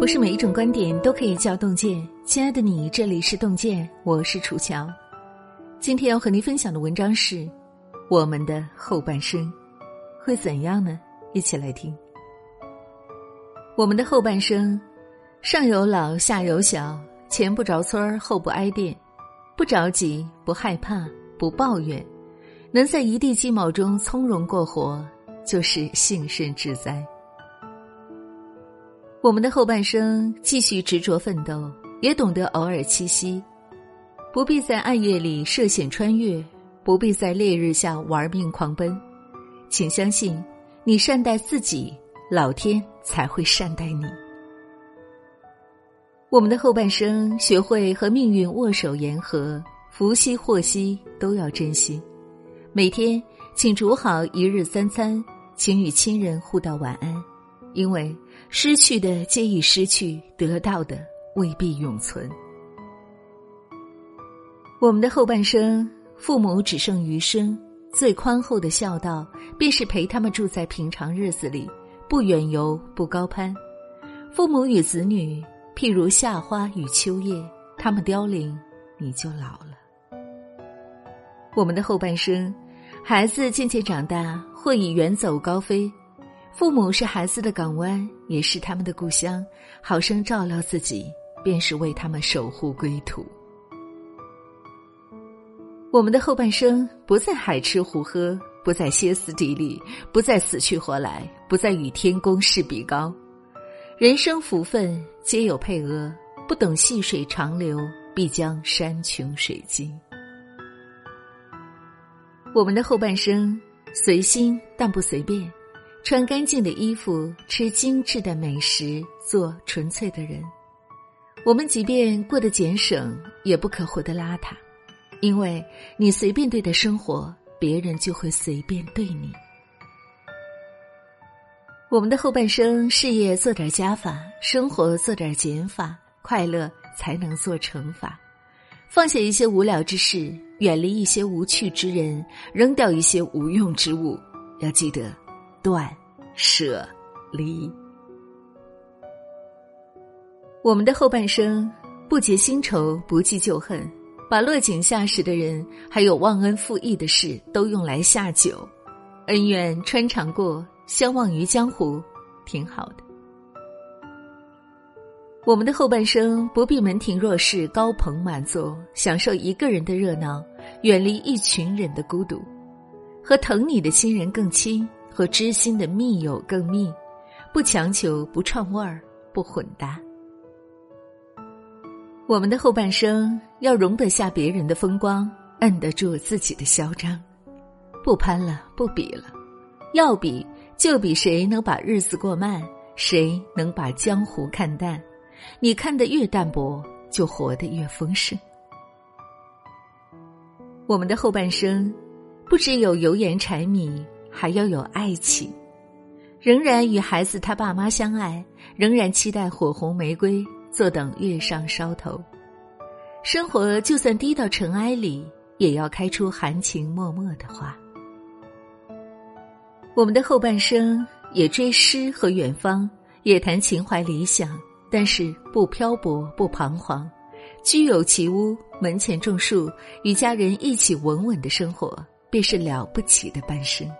是每一种观点都可以叫洞见。亲爱的你，这里是洞见，我是楚乔。今天要和您分享的文章是我们的后半生会怎样呢？一起来听。我们的后半生，上有老下有小，前不着村后不挨店，不着急不害怕不抱怨，能在一地鸡毛中从容过活，就是幸甚至哉。我们的后半生继续执着奋斗，也懂得偶尔栖息，不必在暗夜里涉险穿越，不必在烈日下玩命狂奔。请相信，你善待自己，老天才会善待你。我们的后半生，学会和命运握手言和，福兮祸兮都要珍惜。每天请煮好一日三餐，请与亲人互道晚安，因为失去的皆已失去，得到的未必永存。我们的后半生，父母只剩余生，最宽厚的孝道便是陪他们住在平常日子里，不远游不高攀。父母与子女譬如夏花与秋叶，他们凋零，你就老了。我们的后半生，孩子渐渐长大，或已远走高飞，父母是孩子的港湾，也是他们的故乡，好生照料自己，便是为他们守护归途。我们的后半生，不再海吃湖喝，不再歇斯底里，不再死去活来，不再与天公试比高。人生福分皆有配额，不懂细水长流，必将山穷水尽。我们的后半生，随心但不随便，穿干净的衣服，吃精致的美食，做纯粹的人。我们即便过得俭省，也不可活得邋遢，因为你随便对待生活，别人就会随便对你。我们的后半生，事业做点加法，生活做点减法，快乐才能做乘法。放下一些无聊之事，远离一些无趣之人，扔掉一些无用之物，要记得断舍离。我们的后半生，不结新仇，不记旧恨，把落井下石的人还有忘恩负义的事都用来下酒，恩怨穿肠过，相忘于江湖，挺好的。我们的后半生，不必门庭若市，高朋满座，享受一个人的热闹，远离一群人的孤独，和疼你的亲人更亲，和知心的密友更密，不强求，不串味儿，不混搭。我们的后半生，要容得下别人的风光，摁得住自己的嚣张，不攀了，不比了，要比就比谁能把日子过慢，谁能把江湖看淡。你看得越淡薄，就活得越丰盛。我们的后半生，不只有油盐柴米，还要有爱情。仍然与孩子他爸妈相爱，仍然期待火红玫瑰，坐等月上梢头。生活就算低到尘埃里，也要开出含情脉脉的花。我们的后半生，也追诗和远方，也谈情怀理想，但是不漂泊不彷徨，居有其屋，门前种树，与家人一起稳稳的生活，便是了不起的半生。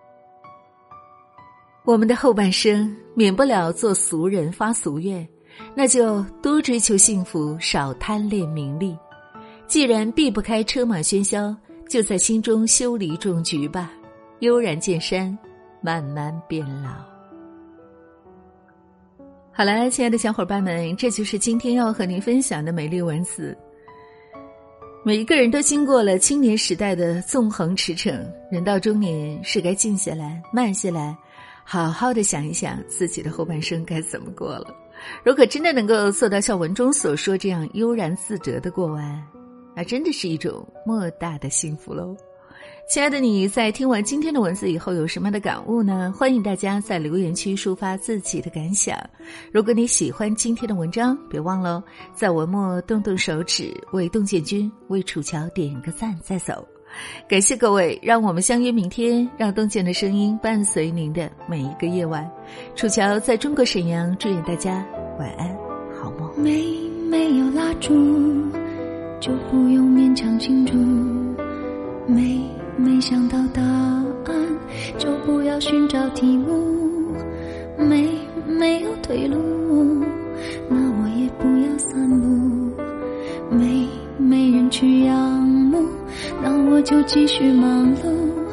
我们的后半生，免不了做俗人发俗愿，那就多追求幸福，少贪恋名利。既然避不开车马喧嚣，就在心中修篱种菊吧，悠然见山，慢慢变老。好了，亲爱的小伙伴们，这就是今天要和您分享的美丽文字。每一个人都经过了青年时代的纵横驰骋，人到中年是该静下来，慢下来，好好的想一想自己的后半生该怎么过了。如果真的能够做到像文中所说这样悠然自得的过完，那真的是一种莫大的幸福喽。亲爱的你，在听完今天的文字以后有什么样的感悟呢？欢迎大家在留言区抒发自己的感想。如果你喜欢今天的文章，别忘了在文末动动手指，为洞见君为楚乔点个赞再走。感谢各位，让我们相约明天，让洞见的声音伴随您的每一个夜晚。楚乔在中国沈阳，祝愿大家晚安。 没有蜡烛，就不用勉强庆祝。没想到答案，就不要寻找题目。没有退路，那我也不要散步。没人去仰慕，那我就继续忙碌。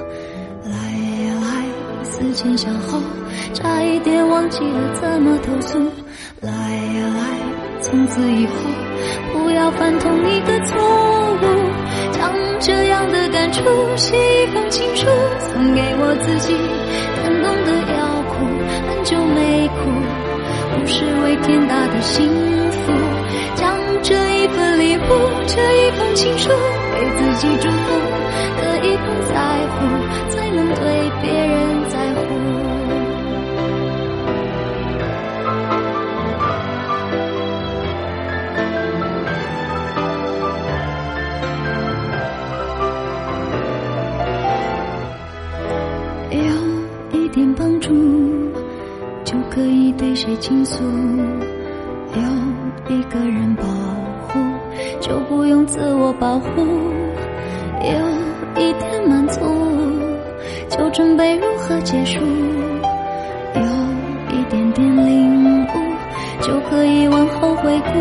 来，思前想后，差一点忘记了怎么投诉。来，从此以后不要犯同一个错误。将这样的感触写一封情书，送给我自己，感动的要哭，很久没哭，不是为天大的幸福。将这一份礼物，这一封情书，给自己祝福，可以不在乎，才能对别人在乎。有一点帮助，就可以对谁倾诉。有一个人保护，就不用自我保护。有一点满足，就准备如何结束。有一点点领悟，就可以往后回顾。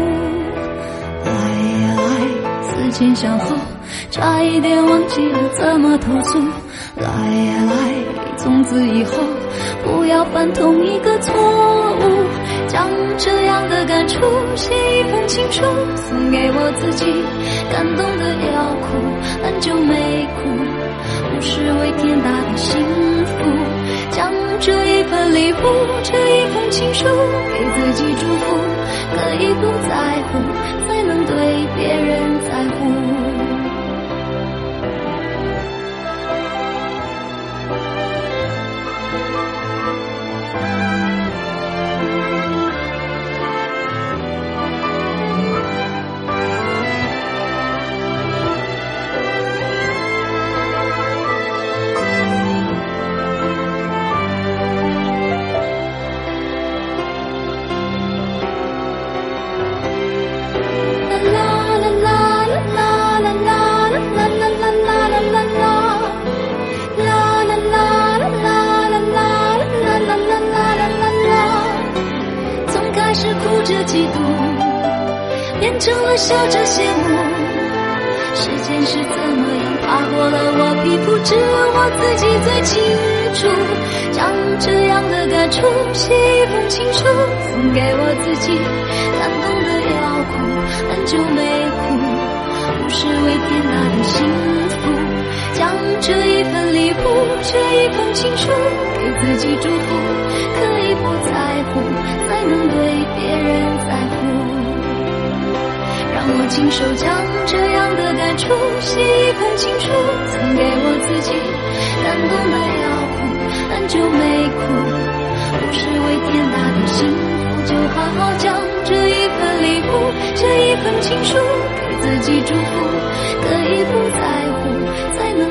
来，思前想后，差一点忘记了怎么投诉。来，从此以后不要犯同一个错误。将这样的感触写一封情书，送给我自己，感动的要哭，很久没哭，不是为天大的幸福。将这一份礼物，这一封情书，给自己祝福，可以不在乎，才能对别人在乎。是哭着嫉妒，变成了笑着羡慕。时间是怎么样爬过了我皮肤，只有我自己最清楚。将这样的感触写一封情书，送给我自己，感动的要哭，很久没哭，不是为天大的幸福。将这一份礼物，这一封情书，给自己祝福，可以不在乎，才能对别人在乎。让我亲手将这样的感触写一封情书，送给我自己，感动的要哭，很久没哭，不是为天大的幸福，就好好将这一份礼物，这一份情书，给自己祝福，可以不在乎，才能